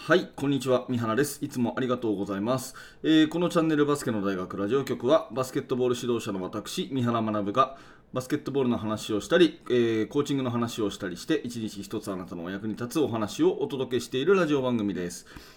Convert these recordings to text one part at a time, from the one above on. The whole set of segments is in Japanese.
はい、こんにちは。三原です。いつもありがとうございます。このチャンネルバスケの大学ラジオ局は、バスケットボール指導者の私、三原学が、バスケットボールの話をしたり、コーチングの話をしたりして、一日一つあなたのお役に立つお話をお届けしているラジオ番組です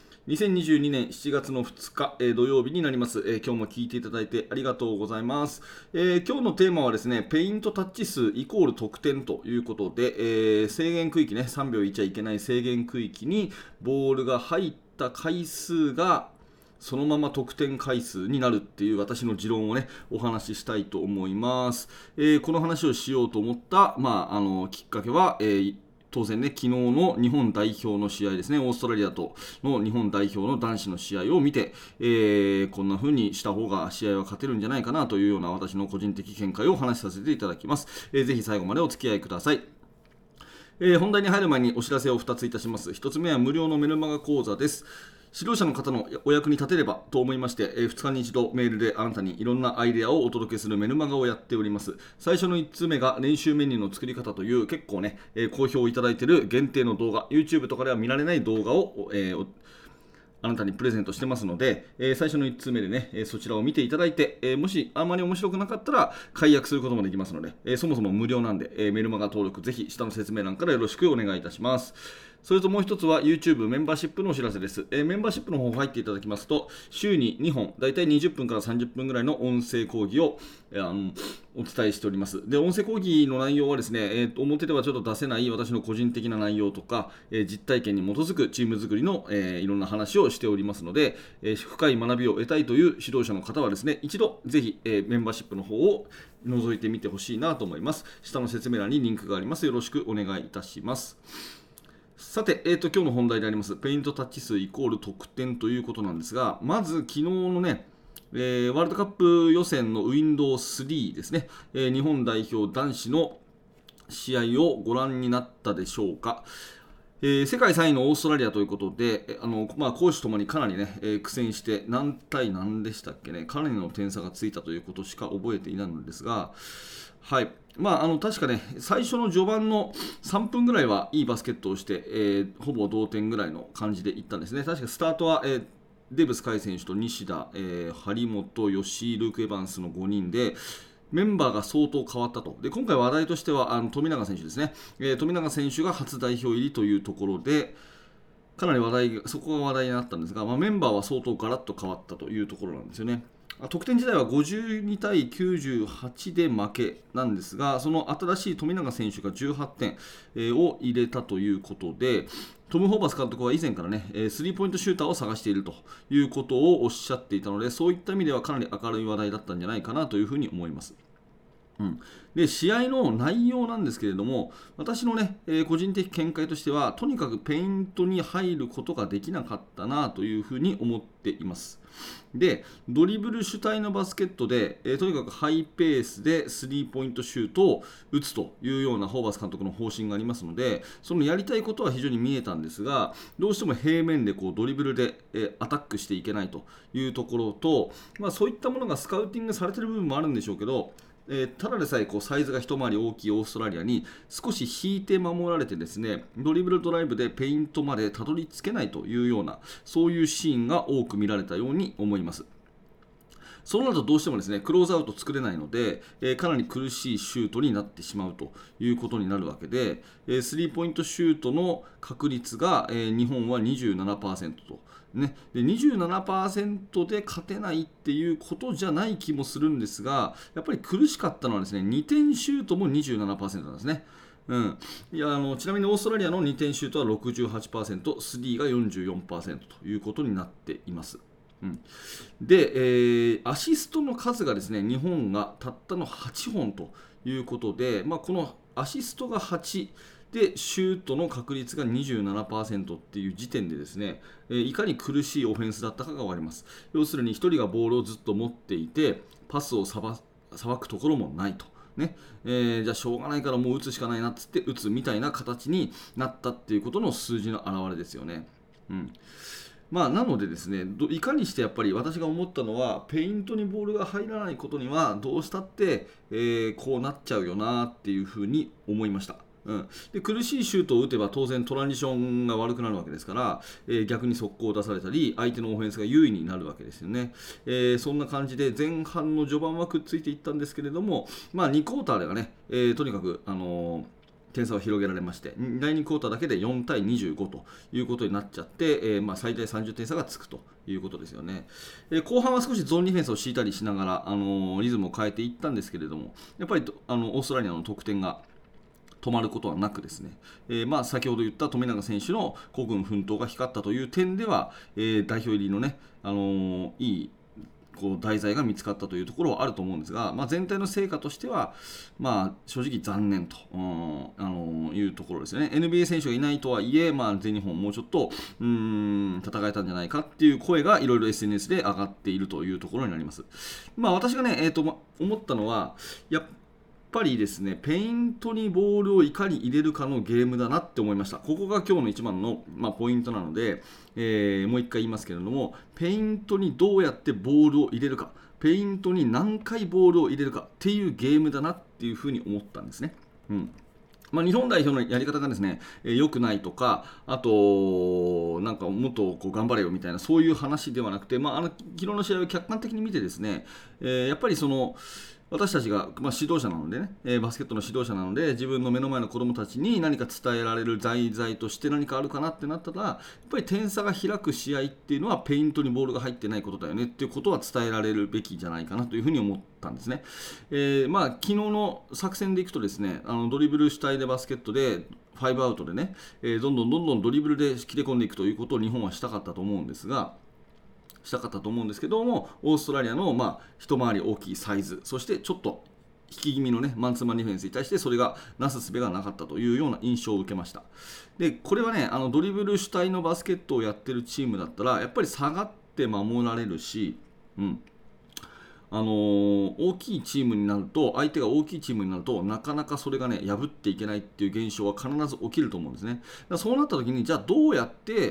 。2022年7月の2日、土曜日になります、今日も聞いていただいてありがとうございます。今日のテーマはですね、ペイントタッチ数イコール得点ということで、制限区域ね、3秒いちゃいけない制限区域にボールが入った回数がそのまま得点回数になるっていう私の持論をね、お話ししたいと思います。この話をしようと思った、きっかけは、当然ね、昨日の日本代表の試合ですね、オーストラリアとの日本代表の男子の試合を見て、こんな風にした方が試合は勝てるんじゃないかなというような私の個人的見解をお話しさせていただきます。ぜひ最後までお付き合いください。本題に入る前にお知らせを2ついたします。1つ目は無料のメルマガ講座です。指導者の方のお役に立てればと思いまして、2日に一度メールであなたにいろんなアイデアをお届けするメルマガをやっております。最初の1つ目が練習メニューの作り方という結構ね、好評いただいている限定の動画、YouTube とかでは見られない動画を、あなたにプレゼントしてますので、最初の1通目でね、そちらを見ていただいて、もしあまり面白くなかったら解約することもできますので、そもそも無料なんで、メルマガ登録ぜひ下の説明欄からよろしくお願いいたします。それともう一つは YouTube メンバーシップのお知らせです。メンバーシップの方入っていただきますと、週に2本、だいたい20分から30分ぐらいの音声講義を、お伝えしております。で、音声講義の内容はですね、表ではちょっと出せない私の個人的な内容とか、実体験に基づくチーム作りの、いろんな話をしておりますので、深い学びを得たいという指導者の方はですね、一度ぜひ、メンバーシップの方を覗いてみてほしいなと思います。下の説明欄にリンクがあります。よろしくお願いいたします。さて、今日の本題であります、ペイントタッチ数イコール得点ということなんですが、まず昨日のね、ワールドカップ予選の Windows3 ですね、日本代表男子の試合をご覧になったでしょうか。世界3位のオーストラリアということで、攻守ともにかなりね、苦戦して何対何でしたっけね、かなりの点差がついたということしか覚えていないのですが、はい、確かね、最初の序盤の3分ぐらいはいいバスケットをして、ほぼ同点ぐらいの感じでいったんですね。確かスタートは、デーブス海選手と西田、張本、吉井、ルーク・エヴァンスの5人で、メンバーが相当変わったと。で、今回話題としては富永選手ですね、富永選手が初代表入りというところで、かなりそこが話題になったんですが、メンバーは相当ガラッと変わったというところなんですよね。得点自体は52対98で負けなんですが、その新しい富永選手が18点を入れたということで、トム・ホーバス監督は以前からね、スリーポイントシューターを探しているということをおっしゃっていたので、そういった意味ではかなり明るい話題だったんじゃないかなというふうに思います。で試合の内容なんですけれども、私のね、個人的見解としては、とにかくペイントに入ることができなかったなというふうに思っています。で、ドリブル主体のバスケットで、とにかくハイペースでスリーポイントシュートを打つというようなホーバス監督の方針がありますので、そのやりたいことは非常に見えたんですが、どうしても平面でこうドリブルで、アタックしていけないというところと、そういったものがスカウティングされている部分もあるんでしょうけど、ただでさえサイズが一回り大きいオーストラリアに少し引いて守られてですね、ドリブルドライブでペイントまでたどり着けないというような、そういうシーンが多く見られたように思います。そうなるとどうしてもですね、クローズアウト作れないので、かなり苦しいシュートになってしまうということになるわけで、スリーポイントシュートの確率が、日本は 27% と。で27% で勝てないっていうことじゃない気もするんですが、やっぱり苦しかったのはですね、2点シュートも 27% なんですね。ちなみにオーストラリアの2点シュートは 68%、スリーが 44% ということになっています。で、アシストの数がですね、日本がたったの8本ということで、このアシストが8でシュートの確率が 27% っていう時点でですね、いかに苦しいオフェンスだったかが分かります。要するに1人がボールをずっと持っていて、パスをさばくところもないと。じゃあしょうがないからもう打つしかないなっつって打つみたいな形になったっていうことの数字の表れですよね。なのでですね、いかにしてやっぱり私が思ったのは、ペイントにボールが入らないことにはどうしたって、こうなっちゃうよなっていうふうに思いました。 で苦しいシュートを打てば当然トランジションが悪くなるわけですから、逆に速攻を出されたり相手のオフェンスが優位になるわけですよね。そんな感じで前半の序盤はくっついていったんですけれども、2クォーターではね、とにかく、点差を広げられまして、第2クォーターだけで4対25ということになっちゃって、最大30点差がつくということですよね。後半は少しゾーンディフェンスを敷いたりしながら、リズムを変えていったんですけれども、やっぱりオーストラリアの得点が止まることはなくですね、先ほど言った富永選手の孤軍奮闘が光ったという点では、代表入りのね、いい題材が見つかったというところはあると思うんですが、全体の成果としては、正直残念と、いうところですよね。NBA 選手がいないとはいえ、全日本もうちょっと戦えたんじゃないかっていう声がいろいろ SNS で上がっているというところになります。私がね、思ったのはやっぱりですね、ペイントにボールをいかに入れるかのゲームだなって思いました。ここが今日の一番の、ポイントなので、もう一回言いますけれども、ペイントにどうやってボールを入れるか、ペイントに何回ボールを入れるかっていうゲームだなっていうふうに思ったんですね。日本代表のやり方がですね、良くないとか、あと、なんかもっと頑張れよみたいな、そういう話ではなくて、昨日の試合を客観的に見てですね、やっぱり私たちが、指導者なのでね、バスケットの指導者なので、自分の目の前の子供たちに何か伝えられる題材として何かあるかなってなったら、やっぱり点差が開く試合っていうのはペイントにボールが入ってないことだよねっていうことは伝えられるべきじゃないかなというふうに思ったんですね。昨日の作戦でいくとですね、ドリブル主体でバスケットで5アウトでね、どんどんドリブルで切れ込んでいくということを日本はしたかったと思うんですけども、オーストラリアの一回り大きいサイズ、そしてちょっと引き気味のねマンツーマンディフェンスに対してそれがなすすべがなかったというような印象を受けました。でこれはね、ドリブル主体のバスケットをやってるチームだったらやっぱり下がって守られるし、大きいチームになると、相手が大きいチームになるとなかなかそれがね破っていけないっていう現象は必ず起きると思うんですね。だからそうなった時にじゃあどうやって、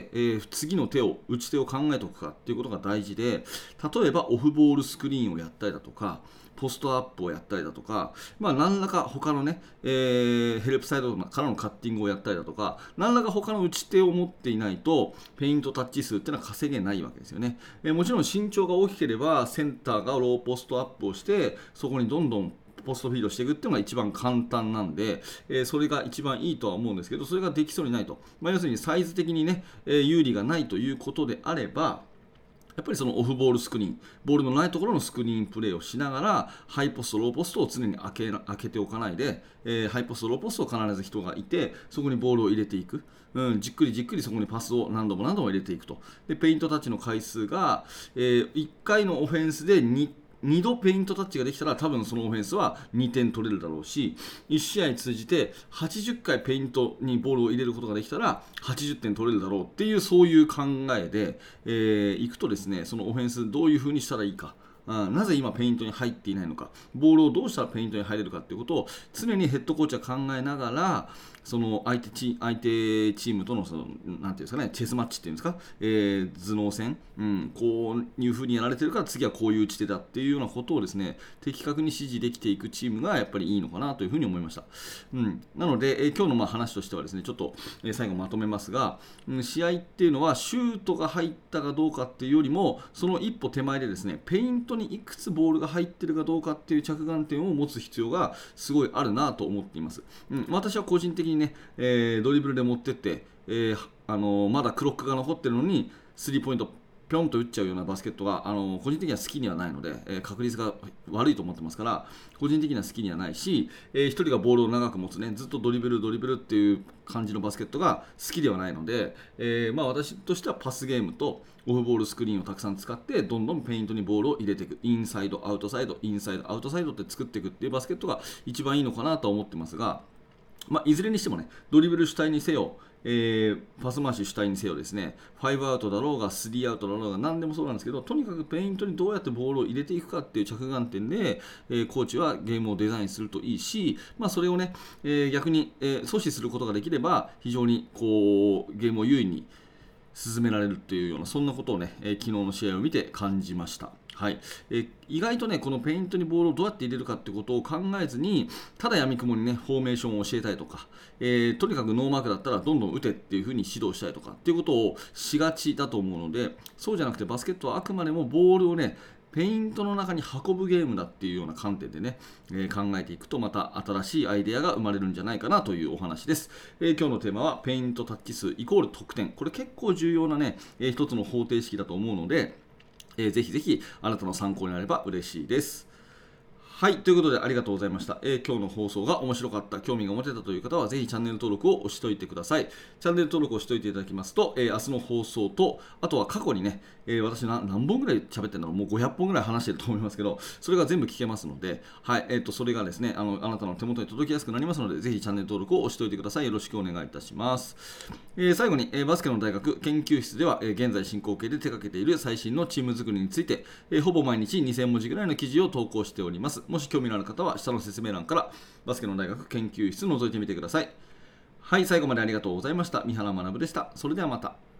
次の打ち手を考えておくかっていうことが大事で、例えばオフボールスクリーンをやったりだとかポストアップをやったりだとか、何らか他のね、ヘルプサイドからのカッティングをやったりだとか、何らか他の打ち手を持っていないとペイントタッチ数っていうのは稼げないわけですよね。もちろん身長が大きければセンターがローポストアップをしてそこにどんどんポストフィードしていくっていうのが一番簡単なんで、それが一番いいとは思うんですけど、それができそうにないと、要するにサイズ的にね、有利がないということであれば、やっぱりそのオフボールスクリーン、ボールのないところのスクリーンプレーをしながら、ハイポスト、ローポストを常に開けておかないで、ハイポスト、ローポストを必ず人がいて、そこにボールを入れていく。じっくりそこにパスを何度も入れていくと。で、ペイントタッチの回数が、1回のオフェンスで2度ペイントタッチができたら多分そのオフェンスは2点取れるだろうし、1試合通じて80回ペイントにボールを入れることができたら80点取れるだろうっていうそういう考えで、いくとですね、そのオフェンスどういう風にしたらいいか、なぜ今ペイントに入っていないのか、ボールをどうしたらペイントに入れるかということを常にヘッドコーチは考えながら、その相手チームとのなんていうんですかね、チェスマッチっていうんですか、頭脳戦、こういう風にやられてるから次はこういう打ち手だっていうようなことをですね、的確に指示できていくチームがやっぱりいいのかなというふうに思いました。なので、今日の話としてはですね、ちょっと、最後まとめますが、試合っていうのはシュートが入ったかどうかっていうよりも、その一歩手前でですね、ペイントにいくつボールが入ってるかどうかっていう着眼点を持つ必要がすごいあるなと思っています。私は個人的にね、ドリブルで持ってって、まだクロックが残ってるのにスリーポイントピョンと打っちゃうようなバスケットが個人的には好きにはないので、確率が悪いと思ってますから、個人的には好きにはないし、1人がボールを長く持つね、ずっとドリブルっていう感じのバスケットが好きではないので、私としてはパスゲームとオフボールスクリーンをたくさん使ってどんどんペイントにボールを入れていく、インサイドアウトサイドインサイドアウトサイドって作っていくっていうバスケットが一番いいのかなと思ってますが、いずれにしてもね、ドリブル主体にせよ、パス回し主体にせよですね、5アウトだろうが3アウトだろうが何でもそうなんですけど、とにかくペイントにどうやってボールを入れていくかっていう着眼点で、コーチはゲームをデザインするといいし、それをね、逆に、阻止することができれば非常にこうゲームを優位に進められるというような、そんなことをね、昨日の試合を見て感じました。 はい。意外とね、このペイントにボールをどうやって入れるかってことを考えずに、ただ闇雲にね、フォーメーションを教えたいとか、とにかくノーマークだったらどんどん打てっていう風に指導したいとかっていうことをしがちだと思うので、そうじゃなくてバスケットはあくまでもボールをね、ペイントの中に運ぶゲームだっていうような観点でね、考えていくとまた新しいアイデアが生まれるんじゃないかなというお話です。今日のテーマはペイントタッチ数イコール得点。これ結構重要なね、一つの方程式だと思うので、ぜひぜひあなたの参考になれば嬉しいです。はい、ということでありがとうございました。今日の放送が面白かった、興味が持てたという方はぜひチャンネル登録を押しておいてください。チャンネル登録をしておいていただきますと、明日の放送と、あとは過去にね、私何本ぐらい喋ってるのもう500本ぐらい話してると思いますけど、それが全部聞けますので、はい、それがですね、あなたの手元に届きやすくなりますので、ぜひチャンネル登録を押しておいてください。よろしくお願いいたします。最後に、バスケの大学研究室では、現在進行形で手掛けている最新のチーム作りについて、ほぼ毎日2000文字ぐらいの記事を投稿しております。もし興味のある方は下の説明欄からバスケの大学研究室を覗いてみてください。はい、最後までありがとうございました。三原学でした。それではまた。